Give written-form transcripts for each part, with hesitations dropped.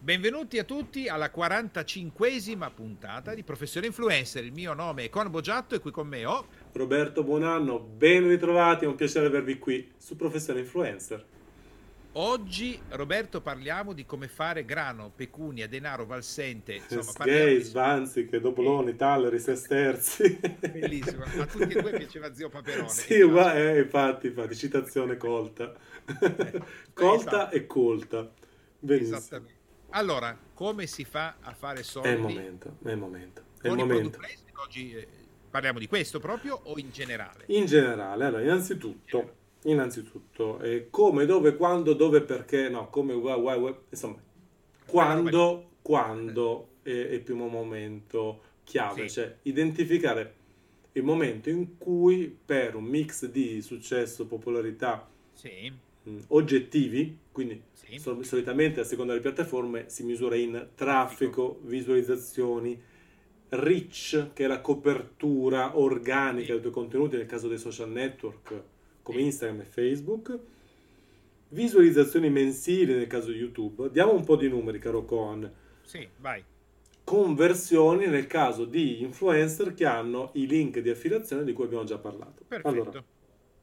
Benvenuti a tutti alla 45esima puntata di Professione Influencer. Il mio nome è Con Boggiatto e qui con me ho... Roberto, buon anno, ben ritrovati, è un piacere avervi qui su Professione Influencer. Oggi, Roberto, parliamo di come fare grano, pecunia, denaro, valsente. Insomma, parliamo Sgay, di... Svanzi, Sì, Dobloni, Talleri, Sesterzi. bellissimo. A tutti e due piaceva Zio Paperone, Sì, immagino. infatti, citazione colta. Colta Esatto, e colta. Benissimo. esattamente. Allora, come si fa a fare È il soldi momento, è il momento, è il con i product momento. placement? Oggi parliamo di questo proprio o in generale? In generale, allora, innanzitutto, come, dove, quando, dove, perché, no, come, insomma, Quella roba lì. quando è il primo momento chiave, Sì, cioè identificare il momento in cui per un mix di successo, popolarità, sì, oggettivi, quindi sì, solitamente a seconda delle piattaforme si misura in traffico. traffico, visualizzazioni, reach, che è la copertura organica Sì, dei tuoi contenuti nel caso dei social network come sì, Instagram e Facebook, visualizzazioni mensili nel caso di YouTube. Diamo un po' di numeri, caro Coan. sì, vai. Conversioni nel caso di influencer che hanno i link di affiliazione di cui abbiamo già parlato. Allora, Perfetto.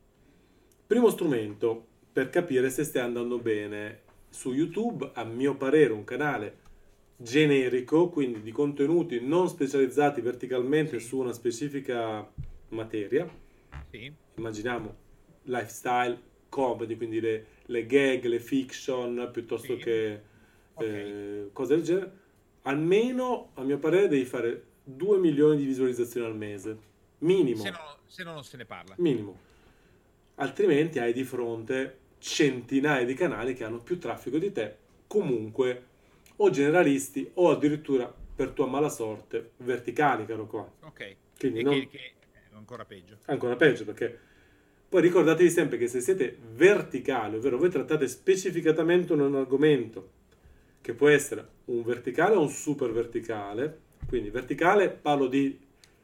primo strumento per capire se stai andando bene su YouTube, a mio parere, un canale generico, quindi di contenuti non specializzati verticalmente Sì, su una specifica materia. sì, Immaginiamo lifestyle, comedy, quindi le gag, le fiction, piuttosto sì, che ok. cose del genere. Almeno, a mio parere, devi fare 2 milioni di visualizzazioni al mese. Minimo, Se no non se ne parla. minimo. Altrimenti hai di fronte centinaia di canali che hanno più traffico di te, comunque o generalisti o addirittura per tua mala sorte verticali, caro qua. Ok. Quindi E non che è ancora peggio. ancora peggio perché poi ricordatevi sempre che se siete verticali, ovvero voi trattate specificatamente un argomento che può essere un verticale o un super verticale, quindi verticale parlo di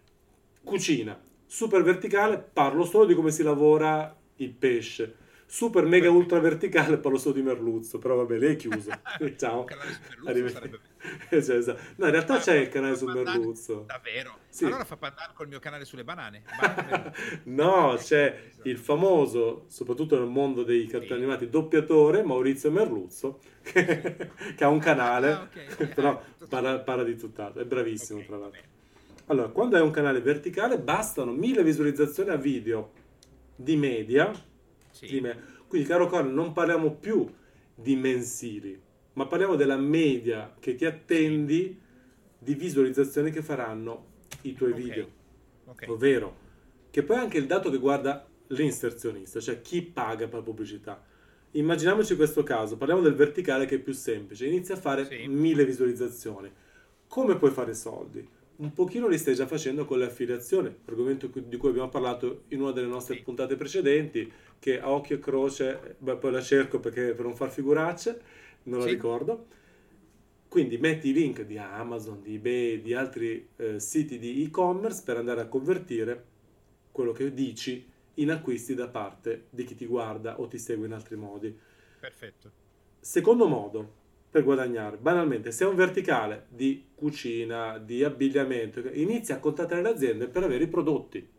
cucina, super verticale parlo solo di come si lavora il pesce, super mega ultra Perfetto. verticale parlo solo di merluzzo, però vabbè, lei è chiuso. Un Ciao, canale su Merluzzo arrivederci. sarebbe bello. Cioè, esatto. No, in realtà Ma c'è il canale fa su pandan merluzzo. davvero? Sì. Allora fa pandan col mio canale sulle banane. Banane Merluzzo. No, Ecco, c'è il famoso, soprattutto nel mondo dei cartoni sì, animati, doppiatore Maurizio Merluzzo, sì. che ha un canale, Ok, ok. però Tutto parla, sommato. parla di tutt'altro, è Ok, bravissimo tra va l'altro. bene. Allora, quando hai un canale verticale bastano 1000 visualizzazioni a video di media, di Sì, me- quindi caro Corno, non parliamo più di mensili, ma parliamo della media che ti sì, attendi di visualizzazioni che faranno i tuoi ok, video, ok. ovvero che poi è anche il dato che guarda l'inserzionista, cioè chi paga per la pubblicità. Immaginiamoci questo caso, parliamo del verticale che è più semplice, inizia a fare Sì, 1000 visualizzazioni. Come puoi fare soldi? Un pochino li stai già facendo con le affiliazioni, argomento di cui abbiamo parlato in una delle nostre sì, puntate precedenti, che a occhio e croce, beh, poi la cerco perché per non far figuracce, non la sì. ricordo. Quindi metti i link di Amazon, di eBay, di altri siti di e-commerce per andare a convertire quello che dici in acquisti da parte di chi ti guarda o ti segue in altri modi. Perfetto. Secondo modo per guadagnare, banalmente, se è un verticale di cucina, di abbigliamento, inizia a contattare le aziende per avere i prodotti.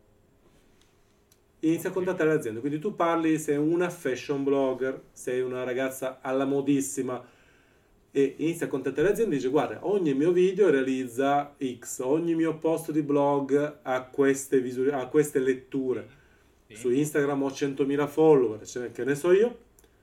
Inizia a Ok. contattare le aziende, quindi tu parli, sei una fashion blogger, sei una ragazza alla modissima e inizia a contattare le aziende e dice guarda, ogni mio video realizza X, ogni mio post di blog ha ha queste letture. Sì, Su sì, Instagram ho 100.000 follower, cioè, che ne so io,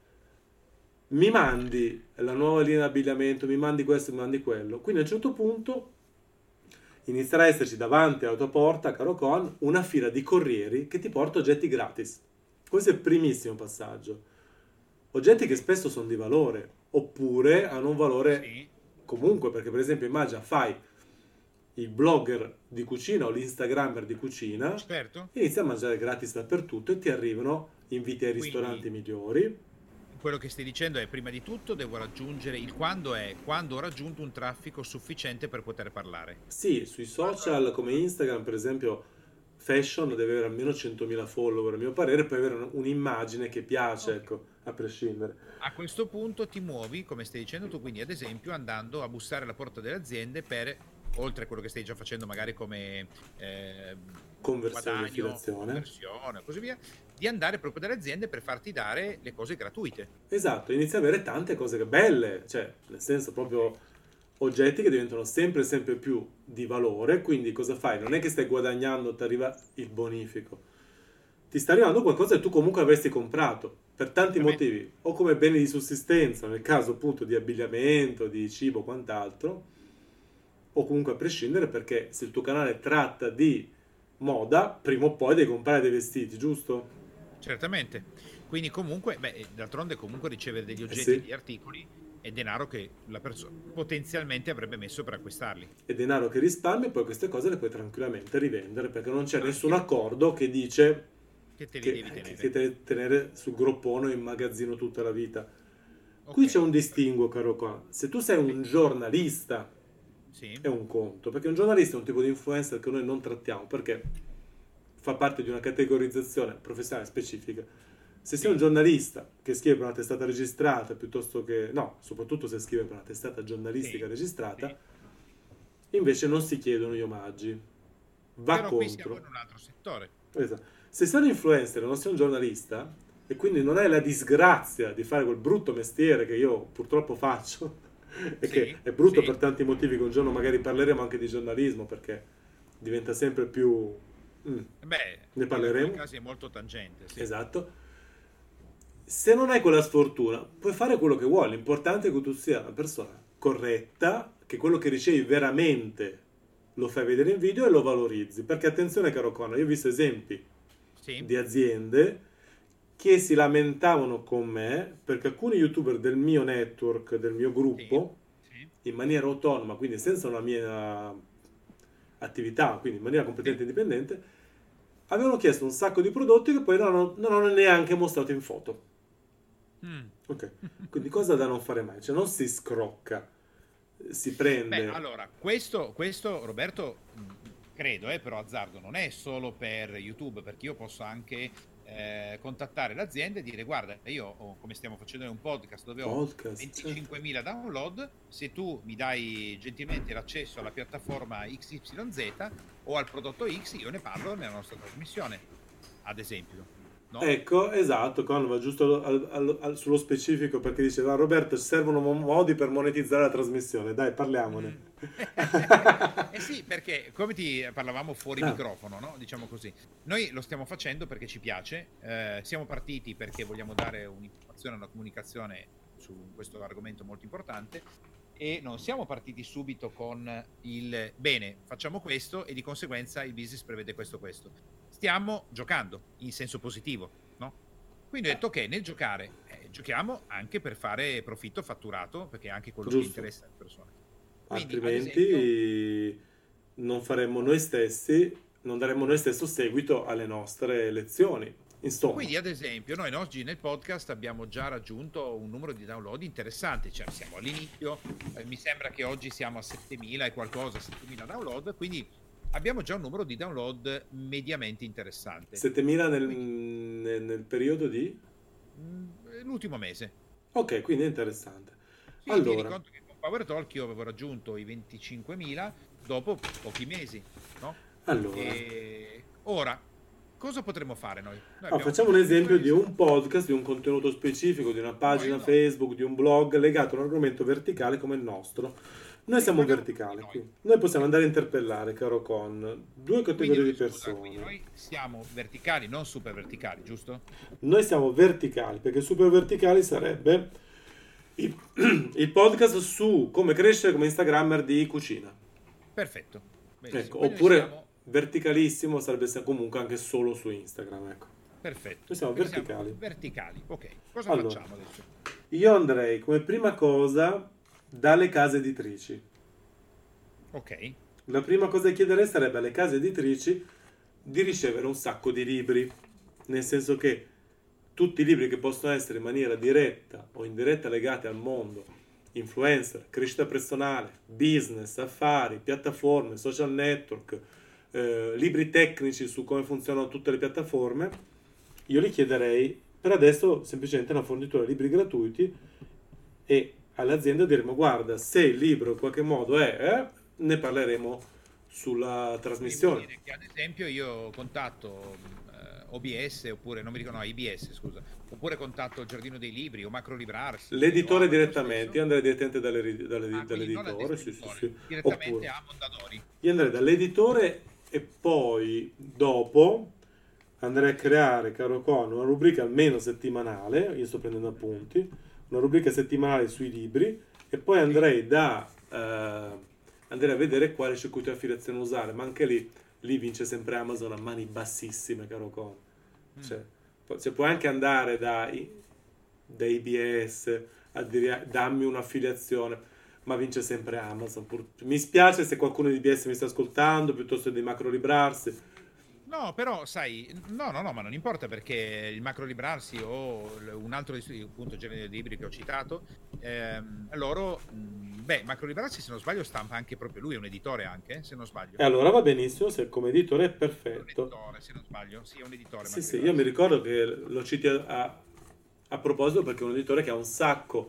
mi mandi la nuova linea di abbigliamento, mi mandi questo, mi mandi quello. Quindi a un certo punto inizierà a esserci davanti alla tua porta, caro Con, una fila di corrieri che ti porta oggetti gratis. Questo è il primissimo passaggio. Oggetti che sì, spesso sono di valore, oppure hanno un valore sì, comunque, perché per esempio immagina, fai il blogger di cucina o l'instagrammer di cucina, certo. inizi a mangiare gratis dappertutto e ti arrivano inviti ai Quindi ristoranti migliori. quello che stai dicendo è prima di tutto devo raggiungere il quando è quando ho raggiunto un traffico sufficiente per poter parlare. Sì, sui social come Instagram, per esempio, fashion deve avere almeno 100.000 follower, a mio parere, per avere un'immagine che piace, Ok, ecco. a prescindere. A questo punto ti muovi, come stai dicendo tu, quindi ad esempio andando a bussare alla porta delle aziende per, oltre a quello che stai già facendo magari come Conversione, guadagno, affiliazione. conversione, così via, di andare proprio dalle aziende per farti dare le cose gratuite. Esatto, inizi ad avere tante cose belle, cioè nel senso proprio oggetti che diventano sempre e sempre più di valore, quindi cosa fai? Non è che stai guadagnando, ti arriva il bonifico, ti sta arrivando qualcosa che tu comunque avresti comprato per tanti motivi, o come beni di sussistenza, nel caso appunto di abbigliamento, di cibo, quant'altro, o comunque a prescindere perché se il tuo canale tratta di moda, prima o poi devi comprare dei vestiti, giusto? Certamente. Quindi comunque, d'altronde comunque ricevere degli oggetti e Sì. degli articoli è denaro che la persona potenzialmente avrebbe messo per acquistarli. È denaro che risparmi e poi queste cose le puoi tranquillamente rivendere perché non c'è nessun Anche accordo che dice che te li che, devi tenere. che devi tenere sul groppone o in magazzino tutta la vita. Qui c'è Ok. un distinguo, caro qua. Se tu sei un giornalista, Sì, è un conto, perché un giornalista è un tipo di influencer che noi non trattiamo perché fa parte di una categorizzazione professionale specifica. Se sei un sì, giornalista che scrive per una testata registrata piuttosto che... no, soprattutto se scrive per una testata giornalistica sì, registrata, sì. invece non si chiedono gli omaggi. Va Però qui siamo contro. in un altro settore. Esatto. Se sei un influencer e non sei un giornalista, e quindi non hai la disgrazia di fare quel brutto mestiere che io purtroppo faccio, e che Sì, è brutto sì. per tanti motivi che un giorno magari parleremo anche di giornalismo, perché diventa sempre più... ne In alcuni parleremo. casi è molto tangente, sì. Esatto. Se non hai quella sfortuna, puoi fare quello che vuoi. L'importante è che tu sia una persona corretta, che quello che ricevi veramente lo fai vedere in video e lo valorizzi. Perché attenzione, caro Conor, io ho visto esempi Sì, di aziende che si lamentavano con me perché alcuni youtuber del mio network, del mio sì, gruppo, sì, in maniera autonoma, quindi senza una mia attività, quindi in maniera sì. completamente indipendente, avevano chiesto un sacco di prodotti che poi non hanno neanche mostrato in foto. Mm. Ok, quindi cosa da non fare mai? Cioè non si scrocca, si Beh, prende... allora, questo Roberto, credo, però azzardo, non è solo per YouTube, perché io posso anche contattare l'azienda e dire, guarda, come stiamo facendo in un podcast dove ho Podcast, certo. 25.000 download, se tu mi dai gentilmente l'accesso alla piattaforma XYZ o al prodotto X, io ne parlo nella nostra trasmissione, ad esempio, no? Ecco, esatto, Con va giusto sullo specifico perché diceva Roberto, ci servono modi per monetizzare la trasmissione, dai, parliamone. Mm. Eh sì, perché come ti parlavamo fuori Ah, microfono, no? Diciamo così. Noi lo stiamo facendo perché ci piace, siamo partiti perché vogliamo dare un'informazione, una comunicazione su questo argomento molto importante e non siamo partiti subito con il bene, facciamo questo e di conseguenza il business prevede questo. Stiamo giocando in senso positivo, no? Quindi ho detto ok, nel giocare giochiamo anche per fare profitto fatturato, perché è anche quello che giusto, interessa alle persone. Quindi, ad esempio, altrimenti non faremmo noi stessi, non daremmo noi stesso seguito alle nostre lezioni. Insomma, noi oggi nel podcast abbiamo già raggiunto un numero di download interessante, cioè siamo all'inizio, mi sembra che oggi siamo a 7.000 e qualcosa, 7.000 download, quindi abbiamo già un numero di download mediamente interessante. 7.000 Quindi, nel periodo di... l'ultimo mese. Ok, quindi è interessante. Sì, tieni Allora, conto che con Power Talk io avevo raggiunto i 25.000 dopo pochi mesi, no? allora. E ora, cosa potremmo fare noi? Noi Ah, abbiamo facciamo un questo esempio di influencer, un podcast, di un contenuto specifico, di una vuoi o pagina no? Facebook, di un blog legato a un argomento verticale come il nostro. Noi Sì, siamo parliamo proprio di verticali noi. qui. Noi possiamo Sì. andare a interpellare, caro Con, due Quindi categorie di noi, scusa, quindi persone. noi siamo verticali, non super verticali, giusto? Noi siamo verticali, perché super verticali sarebbe il, il podcast su come crescere come Instagrammer di cucina. Perfetto, benissimo. Ecco, Quindi noi oppure siamo verticalissimo sarebbe comunque anche solo su Instagram, ecco. perfetto, Noi siamo quindi siamo verticali. verticali. Ok, cosa Allora, facciamo adesso? io andrei come prima cosa dalle case editrici. Ok, La prima cosa da chiederei sarebbe alle case editrici di ricevere un sacco di libri, nel senso che tutti i libri che possono essere in maniera diretta o indiretta legati al mondo, influencer, crescita personale, business, affari, piattaforme, social network, libri tecnici su come funzionano tutte le piattaforme, io li chiederei Per adesso semplicemente una fornitura di libri gratuiti e all'azienda diremo guarda, se il libro in qualche modo ne parleremo sulla Quindi vuol trasmissione. dire che ad esempio io contatto OBS oppure non mi ricordo, no, IBS, scusa, oppure contatto il Giardino dei Libri o Macro Librarsi o L'editore Amazon direttamente, stesso. io andrei direttamente Quindi non al dall'editore, sì, sì, distributore, sì. direttamente Oppure a Mondadori. io andrei dall'editore e poi dopo andrei a Sì, creare, caro Con, una rubrica almeno settimanale, io sto prendendo appunti, una rubrica settimanale sui libri e poi sì. andrei a vedere quale circuito di affiliazione usare, ma anche lì vince sempre Amazon a mani bassissime, caro Con. Mm. Cioè, puoi anche andare da IBS a dire dammi un'affiliazione, ma vince sempre Amazon. Mi spiace se qualcuno di IBS mi sta ascoltando, piuttosto di Macro Librarsi. No, però sai, no, ma non importa perché il Macro Librarsi o un altro appunto genere di libri che ho citato, loro, beh, Macro Librarsi se non sbaglio stampa anche proprio lui, è un editore anche, se non sbaglio. E allora va benissimo, se come editore è È un perfetto. editore, se non sbaglio, sì, è un editore Sì, Macro sì, io mi Librarsi. ricordo che lo citi a proposito perché è un editore che ha un sacco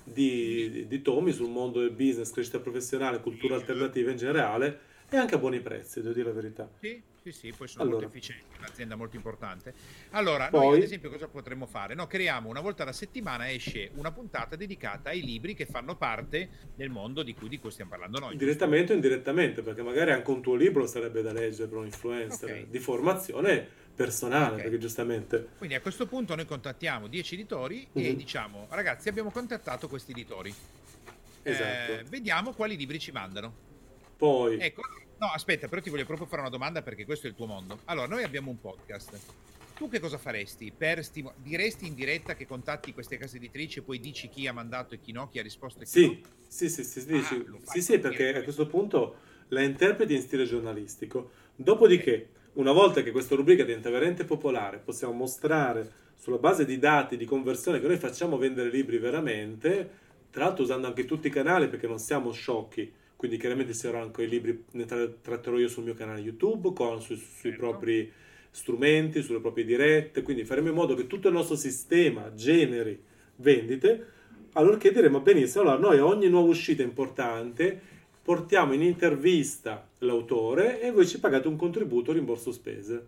Sì, di tomi sul mondo del business, crescita professionale, cultura sì, alternativa in generale e anche a buoni prezzi, devo dire la verità. sì, poi sono molto Allora, efficienti, è un'azienda molto importante. Allora, noi ad poi esempio cosa potremmo fare? No, creiamo una volta alla settimana esce una puntata dedicata ai libri che fanno parte del mondo di cui stiamo parlando noi, giusto? direttamente o indirettamente, perché magari anche un tuo libro sarebbe da leggere per un Ok, influencer di formazione personale, ok. perché giustamente... Quindi a questo punto noi contattiamo 10 editori e Mhm, diciamo, ragazzi, abbiamo contattato questi editori. esatto. Vediamo quali libri ci mandano. Poi, Ecco, no, aspetta, però ti voglio proprio fare una domanda perché questo è il tuo mondo. Allora, noi abbiamo un podcast. Tu che cosa faresti? Diresti in diretta che contatti queste case editrici e poi dici chi ha mandato e chi no, chi ha risposto e chi no? sì, sì, sì, sì, Ah, sì, lo sì, fai sì, partire perché a così. questo punto la interpreti in stile giornalistico. Ok, Dopodiché, una volta che questa rubrica diventa veramente popolare, possiamo mostrare sulla base di dati di conversione che noi facciamo vendere libri veramente, tra l'altro usando anche tutti i canali perché non siamo sciocchi, quindi chiaramente mm, ci saranno anche i libri, tratterò io sul mio canale YouTube, sui certo. propri strumenti, sulle proprie dirette, quindi faremo in modo che tutto il nostro sistema generi vendite, allorché diremo benissimo, allora noi a ogni nuova uscita importante portiamo in intervista l'autore e voi ci pagate un contributo rimborso spese.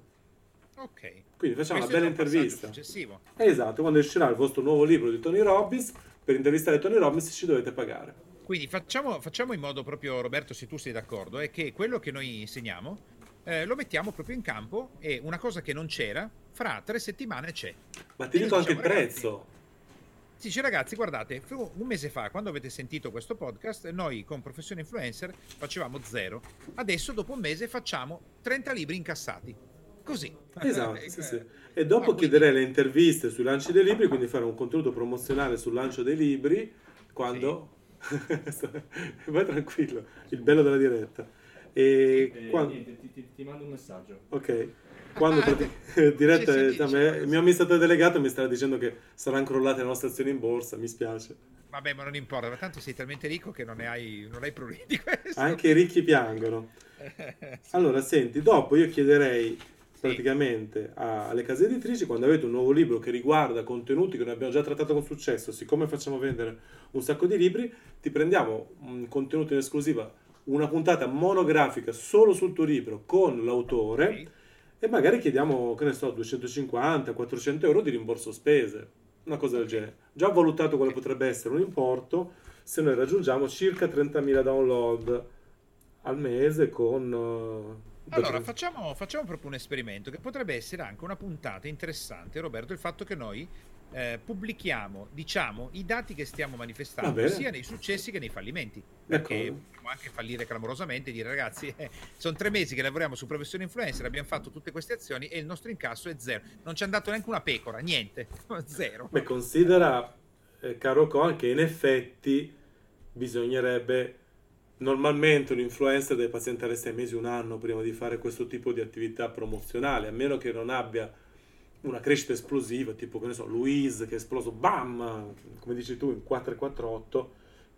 Ok. Quindi facciamo una Questo è bella già un passaggio intervista. successivo. Esatto, quando uscirà il vostro nuovo libro di Tony Robbins, per intervistare Tony Robbins ci dovete pagare. Quindi facciamo in modo proprio, Roberto, se tu sei d'accordo, è che quello che noi insegniamo lo mettiamo proprio in campo e una cosa che non c'era, fra 3 settimane c'è. Ma ti E noi dico anche il diciamo, ragazzi, prezzo. si dice, ragazzi, guardate, un mese fa, quando avete sentito questo podcast, noi con Professione Influencer facevamo 0. Adesso, dopo un mese, facciamo 30 libri incassati. Così. Esatto, sì, sì. E No, dopo quindi, chiederei le interviste sui lanci dei libri, quindi fare un contenuto promozionale sul lancio dei libri, sì, quando... Vai tranquillo, il bello della diretta. sì. E quando... Niente, ti mando un messaggio. Ok, quando Sì, diretta, sì, dici, il mio amministratore delegato mi starà dicendo che saranno crollate le nostre azioni in borsa, mi spiace. vabbè, ma non importa, ma tanto sei talmente ricco che non hai problemi di questo. Anche i ricchi piangono. Sì, Allora, senti, dopo io chiederei sì, praticamente alle case editrici, quando avete un nuovo libro che riguarda contenuti che noi abbiamo già trattato con successo, siccome facciamo vendere un sacco di libri, ti prendiamo un contenuto in esclusiva, una puntata monografica solo sul tuo libro con l'autore ok, e magari chiediamo, che ne so, 250-400 euro di rimborso spese, una cosa del ok, genere. Già ho valutato quale ok. potrebbe essere un importo se noi raggiungiamo circa 30.000 download al mese con... Allora, facciamo proprio un esperimento che potrebbe essere anche una puntata interessante, Roberto, il fatto che noi pubblichiamo, diciamo, i dati che stiamo Va manifestando bene, sia nei successi che nei fallimenti, perché d'accordo. potremmo anche fallire clamorosamente e dire ragazzi, sono 3 mesi che lavoriamo su Professione Influencer, abbiamo fatto tutte queste azioni e il nostro incasso è 0. Non ci hanno dato neanche una pecora, niente, 0. Beh, considera, caro Con, che in effetti bisognerebbe... Normalmente un influencer deve pazientare 6 mesi, un anno prima di fare questo tipo di attività promozionale, a meno che non abbia una crescita esplosiva, tipo che ne so, Louise che è esploso, bam, come dici tu, in 448,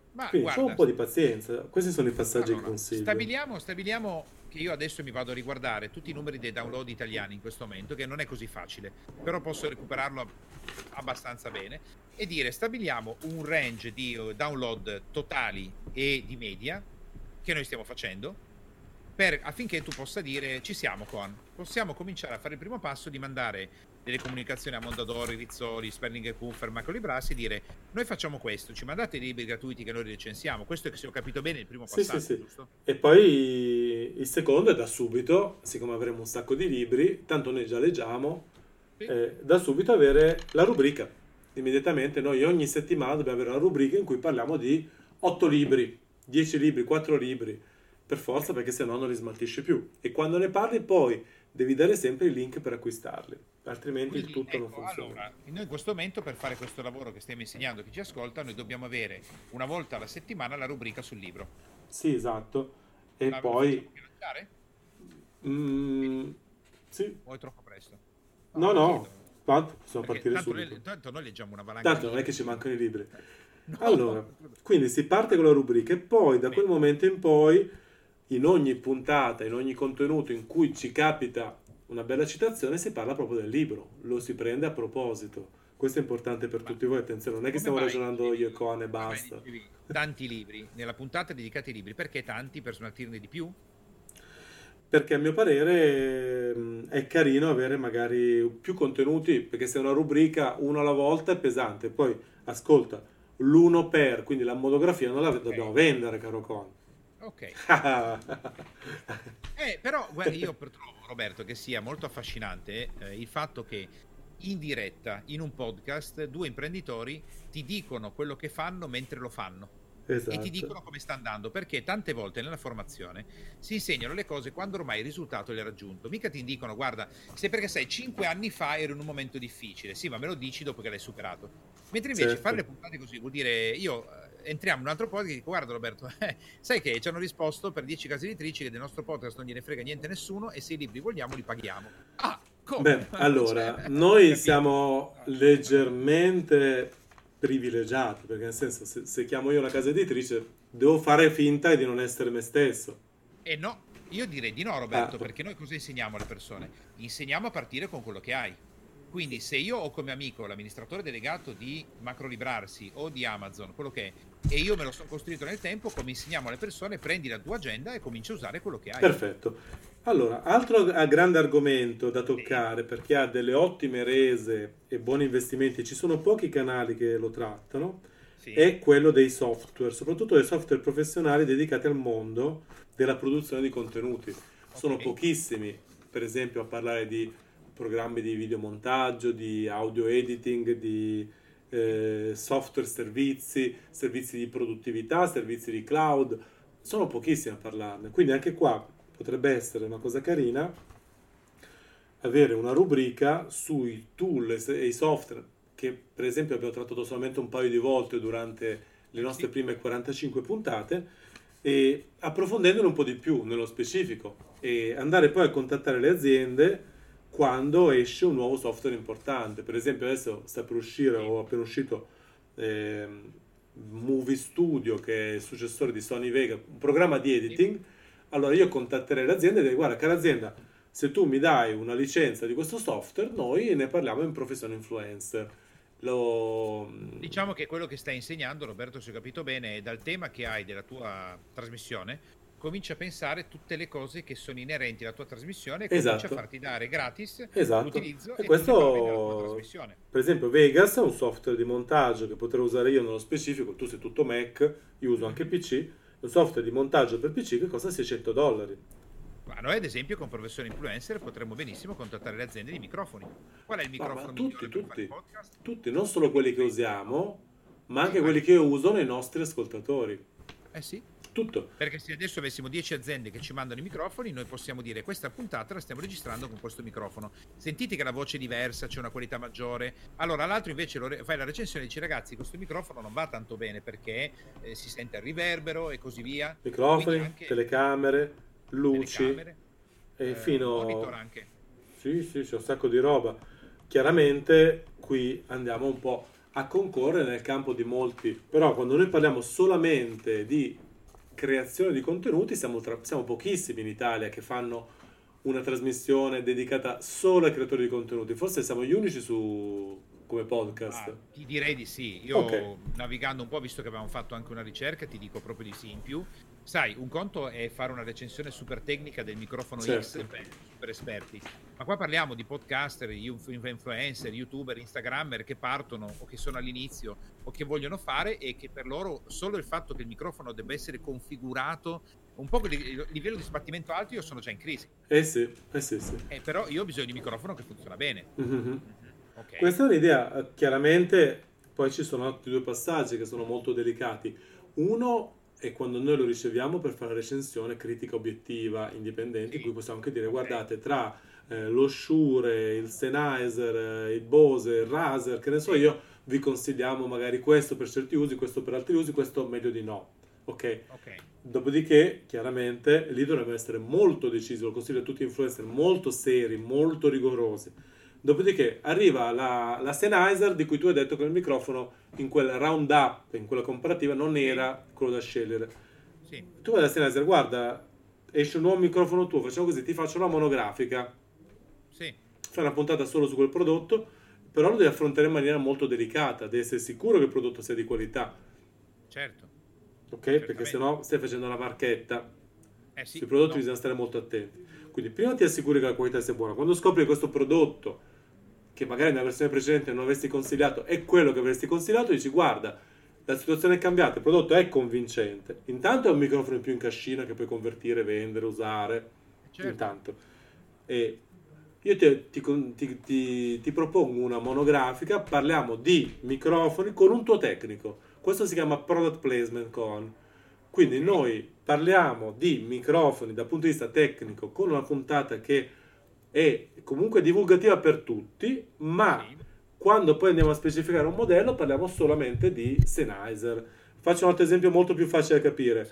Ma Quindi c'ho un guarda, po' di pazienza, questi sono i passaggi che allora, consiglio. stabiliamo che io adesso mi vado a riguardare tutti i numeri dei download italiani in questo momento, che non è così facile, però posso recuperarlo abbastanza bene e dire stabiliamo un range di download totali e di media che noi stiamo facendo affinché tu possa dire ci siamo con, possiamo cominciare a fare il primo passo di mandare delle comunicazioni a Mondadori, Rizzoli, Sperling e Kupfer, Macro Librassi e dire noi facciamo questo, ci mandate i libri gratuiti che noi recensiamo, questo è che se ho capito bene il primo Sì, sì, passaggio, sì. giusto? E poi il secondo è da subito, siccome avremo un sacco di libri, tanto noi già leggiamo, Sì. da subito avere la rubrica. Immediatamente noi ogni settimana dobbiamo avere una rubrica in cui parliamo di 8 libri, 10 libri, 4 libri, per forza perché sennò non li smaltisce più. E quando ne parli poi devi dare sempre il link per acquistarli, altrimenti il Quindi tutto non ecco, funziona. allora, noi in questo momento per fare questo lavoro che stiamo insegnando a chi ci ascolta, noi dobbiamo avere una volta alla settimana la rubrica sul libro. Sì, esatto. E Lo facciamo poi... lanciare? mm, sì, O è troppo presto? No, no, lo no, chiedo. tanto possiamo Perché partire subito. tanto noi leggiamo una valanga di Tanto non è che libri. ci mancano i libri. No, Allora, quindi si parte con la rubrica e poi da quel bene. momento in poi, in ogni puntata, in ogni contenuto in cui ci capita una bella citazione, si parla proprio del libro, lo si prende a proposito. Questo è importante per Ma tutti voi, attenzione, non è che come stiamo mai ragionando io e Con e come mai basta. dicevi tanti libri nella puntata dedicata ai libri? Perché tanti per smaltirne di più? Perché a mio parere è carino avere magari più contenuti, perché se è una rubrica uno alla volta è pesante. Poi ascolta, l'uno per, quindi la monografia non la dobbiamo Ok, vendere, caro Con. ok. Però guarda, io trovo, Roberto, che sia molto affascinante il fatto che in diretta, in un podcast, due imprenditori ti dicono quello che fanno mentre lo fanno e ti Esatto. dicono come sta andando, perché tante volte nella formazione si insegnano le cose quando ormai il risultato l'hai raggiunto. Mica ti dicono, guarda, se perché sai, 5 anni fa ero in un momento difficile, sì, ma me lo dici dopo che l'hai superato. Mentre invece fare Certo. le puntate così vuol dire, io entriamo in un altro podcast e dico, guarda Roberto, sai che ci hanno risposto per 10 case editrici che del nostro podcast non gliene frega niente a nessuno e se i libri vogliamo li paghiamo. Ah, come? Beh, allora, noi Capito? siamo No, leggermente privilegiati, perché nel senso, se chiamo io una casa editrice, devo fare finta di non essere me stesso. e no, io direi di no, Ah, Roberto, perché noi cosa insegniamo alle persone? Insegniamo a partire con quello che hai. Quindi se io ho come amico l'amministratore delegato di Macro Librarsi o di Amazon, quello che è, e io me lo sono costruito nel tempo, come insegniamo alle persone, prendi la tua agenda e cominci a usare quello che hai. perfetto. Allora, altro grande argomento da Sì, toccare, perché ha delle ottime rese e buoni investimenti, ci sono pochi canali che lo trattano, sì, è quello dei software, soprattutto dei software professionali dedicati al mondo della produzione di contenuti. ok, Sono pochissimi, per esempio, a parlare di programmi di videomontaggio, di audio editing, di software servizi, servizi di produttività, servizi di cloud. Sono pochissimi a parlarne. Quindi anche qua potrebbe essere una cosa carina avere una rubrica sui tool e i software che per esempio abbiamo trattato solamente un paio di volte durante le nostre sì. prime 45 puntate e approfondendolo un po' di più nello specifico e andare poi a contattare le aziende quando esce un nuovo software importante. Per esempio adesso sta per uscire Sì. o appena uscito Movie Studio, che è il successore di Sony Vega, un programma di Sì. editing. Allora io contatterei l'azienda e direi guarda cara azienda, se tu mi dai una licenza di questo software noi ne parliamo in professione influencer. Lo... Diciamo che quello che stai insegnando, Roberto, se ho capito bene, è dal tema che hai della tua trasmissione, comincia a pensare tutte le cose che sono inerenti alla tua trasmissione e comincia a Esatto, farti dare gratis esatto. l'utilizzo E e tu ne parli nella tua questo, trasmissione. per esempio, Vegas è un software di montaggio che potrei usare io nello specifico. Tu sei tutto Mac, io uso anche Mhm. PC. Un software di montaggio per PC che costa $600. Ma noi, ad esempio, con Professione Influencer potremmo benissimo contattare le aziende di microfoni. Qual è il Ma microfono tutti, migliore per fare tutti, podcast? tutti, non solo quelli che usiamo, ma anche quelli Anche che usano i nostri ascoltatori. eh sì, Tutto. perché se adesso avessimo 10 aziende che ci mandano i microfoni, noi possiamo dire questa puntata la stiamo registrando con questo microfono. Sentite che la voce è diversa, c'è una qualità maggiore. Allora, l'altro invece fai la recensione e dici ragazzi, questo microfono non va tanto bene perché si sente il riverbero e così via. Quindi Microfoni, anche telecamere, luci telecamere, e monitor fino... anche. Sì, sì, c'è un sacco di roba. Chiaramente qui andiamo un po' a concorrere nel campo di molti. Però quando noi parliamo solamente di creazione di contenuti, siamo pochissimi in Italia che fanno una trasmissione dedicata solo ai creatori di contenuti. Forse siamo gli unici come podcast. Ti direi di sì. Io navigando un po', visto che abbiamo fatto anche una ricerca, ti dico proprio di sì. In più, sai, un conto è fare una recensione super tecnica del microfono X, super esperti, ma qua parliamo di podcaster, influencer, youtuber, instagrammer che partono o che sono all'inizio o che vogliono fare, e che per loro solo il fatto che il microfono debba essere configurato un po' il livello di sbattimento alto, io sono già in crisi. Sì. Però io ho bisogno di un microfono che funziona bene. Okay. Questa è un'idea, chiaramente. Poi ci sono altri due passaggi che sono molto delicati. Uno è quando noi lo riceviamo per fare la recensione critica obiettiva indipendente, in cui possiamo anche dire guardate, tra lo Shure, il Sennheiser, il Bose, il Razer, che ne so io, vi consigliamo magari questo per certi usi, questo per altri usi, questo meglio di no. Ok. Dopodiché, chiaramente, lì dovremmo essere molto decisi, lo consiglio a tutti gli influencer, molto seri, molto rigorosi. Dopodiché arriva la Sennheiser, di cui tu hai detto che il microfono in quel roundup, in quella comparativa, non era quello da scegliere. Tu vai da Sennheiser, guarda, esce un nuovo microfono tuo, facciamo così, ti faccio una monografica. Fai una puntata solo su quel prodotto, però lo devi affrontare in maniera molto delicata, devi essere sicuro che il prodotto sia di qualità. Certo. Ok? Perché sennò stai facendo una marchetta. Sui prodotti bisogna stare molto attenti. Quindi prima ti assicuri che la qualità sia buona. Quando scopri che questo prodotto, che magari nella versione precedente non avresti consigliato, è quello che avresti consigliato, dici guarda, la situazione è cambiata, il prodotto è convincente. Intanto è un microfono in più in cascina che puoi convertire, vendere, usare. Certo. Intanto. E io ti propongo una monografica, parliamo di microfoni con un tuo tecnico. Questo si chiama product placement con. Quindi noi parliamo di microfoni dal punto di vista tecnico con una puntata che è comunque divulgativa per tutti, ma quando poi andiamo a specificare un modello parliamo solamente di Sennheiser. Faccio un altro esempio molto più facile da capire.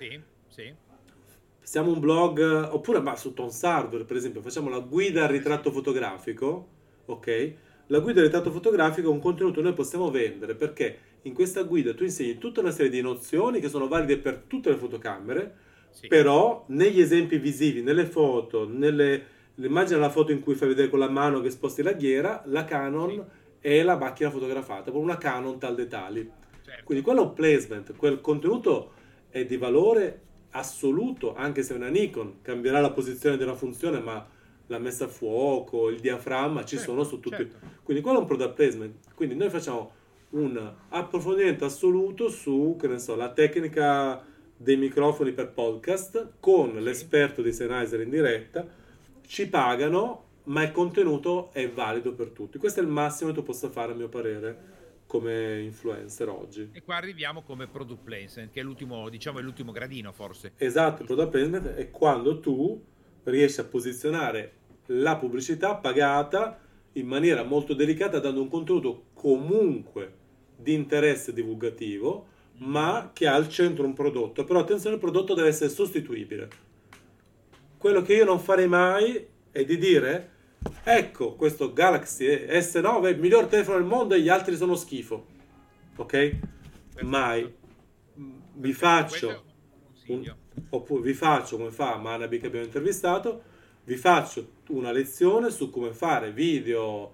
Siamo un blog, oppure su Tonsarver per esempio, facciamo la guida al ritratto fotografico, ok? La guida al ritratto fotografico è un contenuto che noi possiamo vendere, perché in questa guida tu insegni tutta una serie di nozioni che sono valide per tutte le fotocamere, però negli esempi visivi, nelle foto, immagina la foto in cui fai vedere con la mano che sposti la ghiera, la Canon è la macchina fotografata, con una Canon tal dei tali. Quindi quello è un placement, quel contenuto è di valore assoluto, anche se una Nikon cambierà la posizione della funzione, ma la messa a fuoco, il diaframma ci sono su tutti. Quindi quello è un product placement. Quindi noi facciamo un approfondimento assoluto su, che ne so, la tecnica dei microfoni per podcast con l'esperto di Sennheiser in diretta, ci pagano, ma il contenuto è valido per tutti. Questo è il massimo che tu possa fare, a mio parere, come influencer oggi. E qua arriviamo come product placement, che è l'ultimo, diciamo, è l'ultimo gradino forse. Esatto, il product placement è quando tu riesci a posizionare la pubblicità pagata in maniera molto delicata, dando un contenuto comunque di interesse divulgativo, ma che ha al centro un prodotto. Però attenzione, il prodotto deve essere sostituibile. Quello che io non farei mai è di dire ecco, questo Galaxy S9 è il miglior telefono del mondo e gli altri sono schifo. Ok? Mai. Vi faccio oppure vi faccio, come fa Manabi che abbiamo intervistato, vi faccio una lezione su come fare video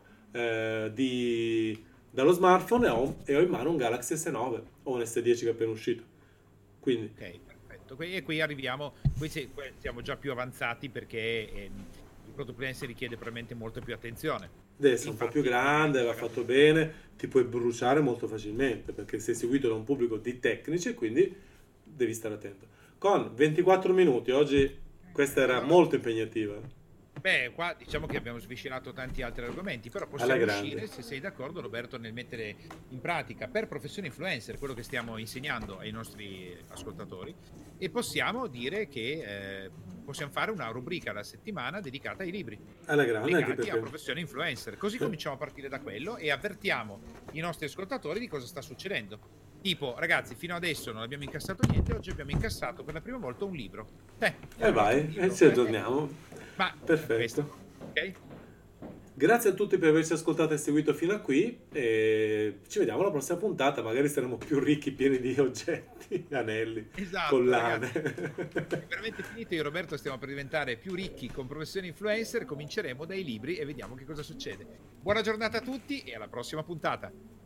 dallo smartphone e ho in mano un Galaxy S9 o un S10 che è appena uscito. Quindi perfetto. E qui arriviamo, qui siamo già più avanzati, perché il product placement richiede probabilmente molta più attenzione. Deve essere un po' più grande, va fatto bene, ti puoi bruciare molto facilmente perché sei seguito da un pubblico di tecnici e quindi devi stare attento. Con 24 minuti, oggi questa era molto impegnativa. Beh, qua diciamo che abbiamo sviscerato tanti altri argomenti, però possiamo uscire, se sei d'accordo Roberto, nel mettere in pratica per professione influencer quello che stiamo insegnando ai nostri ascoltatori, e possiamo dire che possiamo fare una rubrica alla settimana dedicata ai libri alla grande, legati a professione influencer, così cominciamo a partire da quello e avvertiamo i nostri ascoltatori di cosa sta succedendo. Tipo, ragazzi, fino adesso non abbiamo incassato niente, oggi abbiamo incassato per la prima volta un libro. Vai, ci aggiorniamo. Ma perfetto. Ok? Grazie a tutti per averci ascoltato e seguito fino a qui e ci vediamo alla prossima puntata, magari saremo più ricchi, pieni di oggetti, anelli, Esatto, collane. È veramente finito. Io e Roberto stiamo per diventare più ricchi con professioni influencer. Cominceremo dai libri e vediamo che cosa succede. Buona giornata a tutti e alla prossima puntata.